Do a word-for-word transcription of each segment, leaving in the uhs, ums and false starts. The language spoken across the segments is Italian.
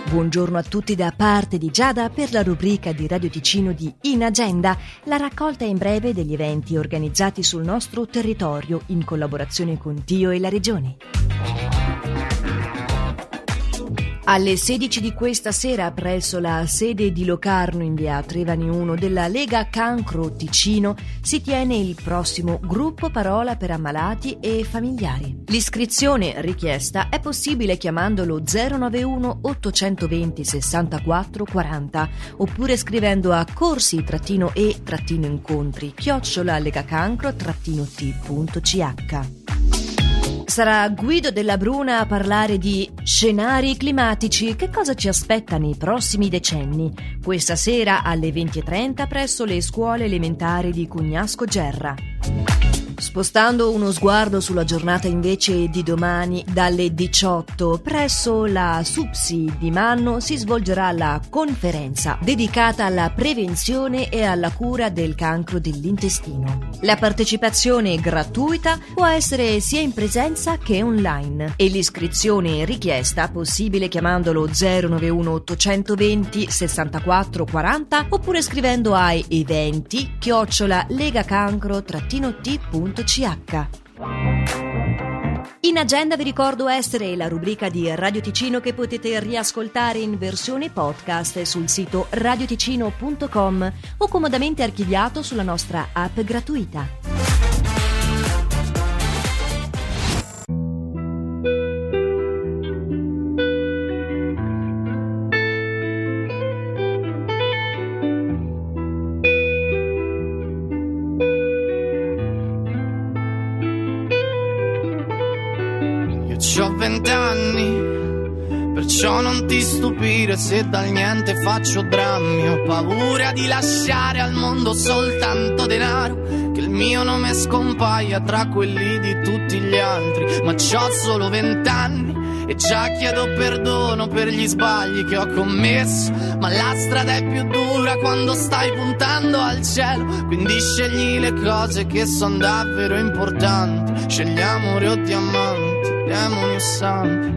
Buongiorno a tutti da parte di Giada per la rubrica di Radio Ticino di In Agenda, la raccolta in breve degli eventi organizzati sul nostro territorio in collaborazione con Dio e la Regione. Alle sedici di questa sera presso la sede di Locarno in via Trevani uno della Lega Cancro Ticino si tiene il prossimo gruppo parola per ammalati e familiari. L'iscrizione richiesta è possibile chiamandolo zero nove uno ottocentoventi sessantaquattro quaranta oppure scrivendo a corsi-e-incontri chiocciola legacancro-t.ch. Sarà Guido Della Bruna a parlare di scenari climatici. Che cosa ci aspetta nei prossimi decenni? Questa sera alle venti e trenta presso le scuole elementari di Cugnasco Gerra. Spostando uno sguardo sulla giornata invece di domani, dalle diciotto presso la SUPSI di Manno si svolgerà la conferenza dedicata alla prevenzione e alla cura del cancro dell'intestino. La partecipazione gratuita può essere sia in presenza che online e l'iscrizione richiesta possibile chiamandolo zero nove uno ottocentoventi sessantaquattro quaranta oppure scrivendo a eventi chiocciola legacancro-t.ch. In Agenda vi ricordo essere la rubrica di Radio Ticino che potete riascoltare in versione podcast sul sito radioticino punto com o comodamente archiviato sulla nostra app gratuita. C'ho vent'anni, perciò non ti stupire se dal niente faccio drammi. Ho paura di lasciare al mondo soltanto denaro, che il mio nome scompaia tra quelli di tutti gli altri. Ma c'ho solo vent'anni e già chiedo perdono per gli sbagli che ho commesso. Ma la strada è più dura quando stai puntando al cielo, quindi scegli le cose che son davvero importanti. Scegli amore o diamanti, demoni o santi.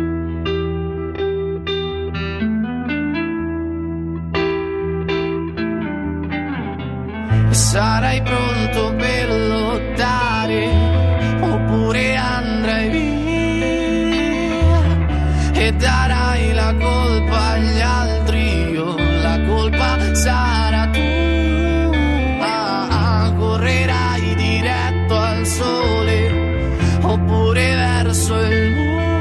E sarai pronto per lottare oppure andrai via e darai la colpa agli altri o la colpa sarà tua. Correrai diretto al sole oppure verso il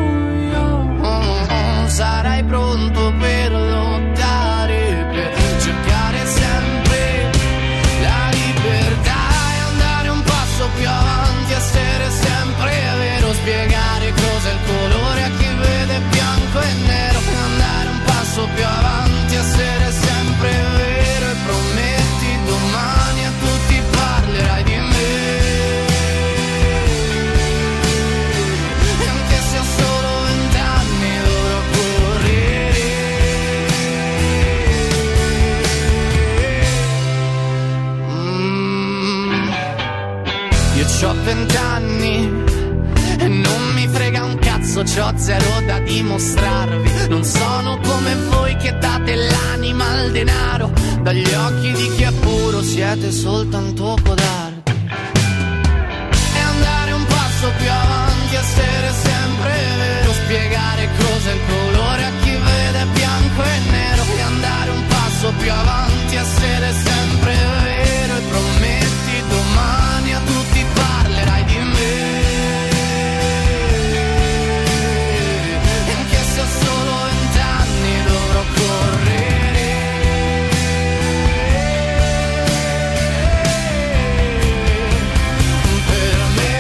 buio. Sarai pronto per lottare, per cercare sempre la libertà e andare un passo più avanti, essere sempre vero, spiegare cos'è il colore a chi vede bianco e nero, e andare un passo più avanti, essere sempre vero e prometti domani a tutti parlerai di me. C'ho vent'anni e non mi frega un cazzo, c'ho zero da dimostrarvi. Non sono come voi che date l'anima al denaro, dagli occhi di chi è puro siete soltanto codardi. E andare un passo più avanti, essere sempre vero, spiegare cos'è il colore a chi vede bianco e nero. E andare un passo più avanti, essere sempre vero e prometti domani a tutti parlerai di me. E anche se ho solo vent'anni dovrò correre per me.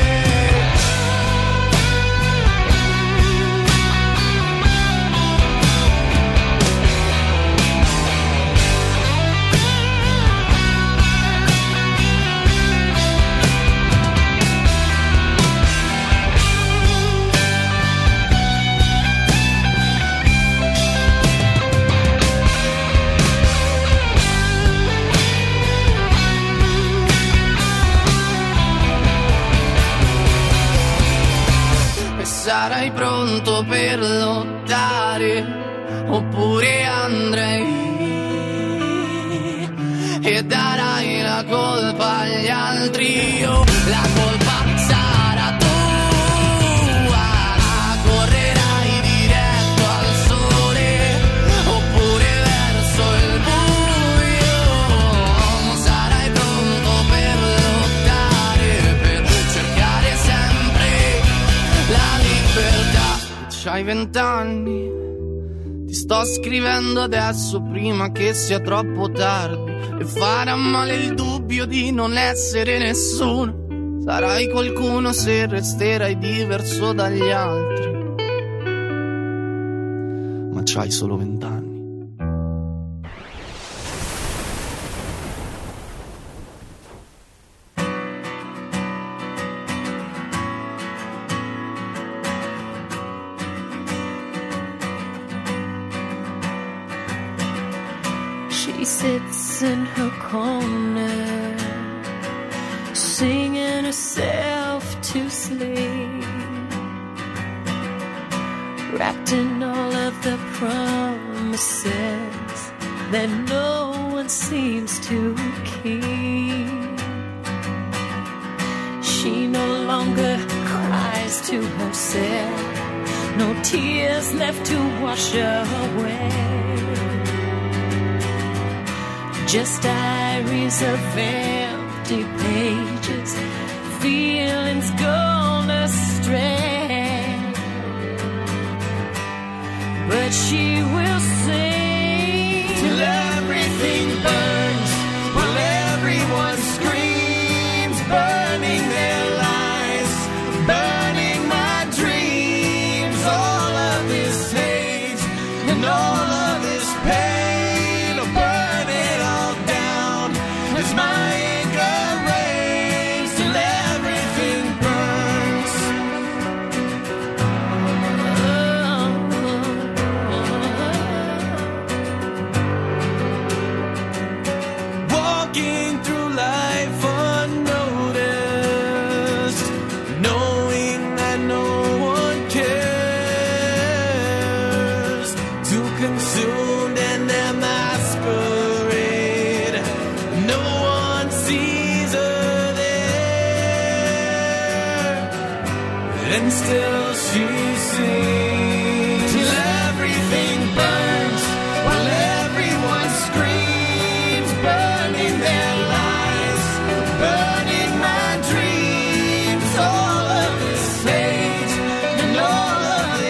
sarai pronto per lottare oppure andrei e darai la colpa agli altri. Io la colpa sarà tua, correrai diretto al sole oppure verso il buio. Sarai pronto per lottare, per cercare sempre la libertà. C'hai vent'anni, ti sto scrivendo adesso prima che sia troppo tardi, e farà male il dubbio di non essere nessuno. Sarai qualcuno se resterai diverso dagli altri, ma c'hai solo vent'anni. She sits in her corner, singing herself to sleep, wrapped in all of the promises that no one seems to keep. She no longer cries to herself, no tears left to wash away. Just diaries of empty pages, feelings gone astray. But she will sing till everything burns, while everyone screams, burning their lives, burning my dreams. All of this hate and all of this pain, my anger reigns till everything burns. Walking through life unnoticed, knowing that no one cares, too consumed in their masquerade. No sees her there, and still she sings.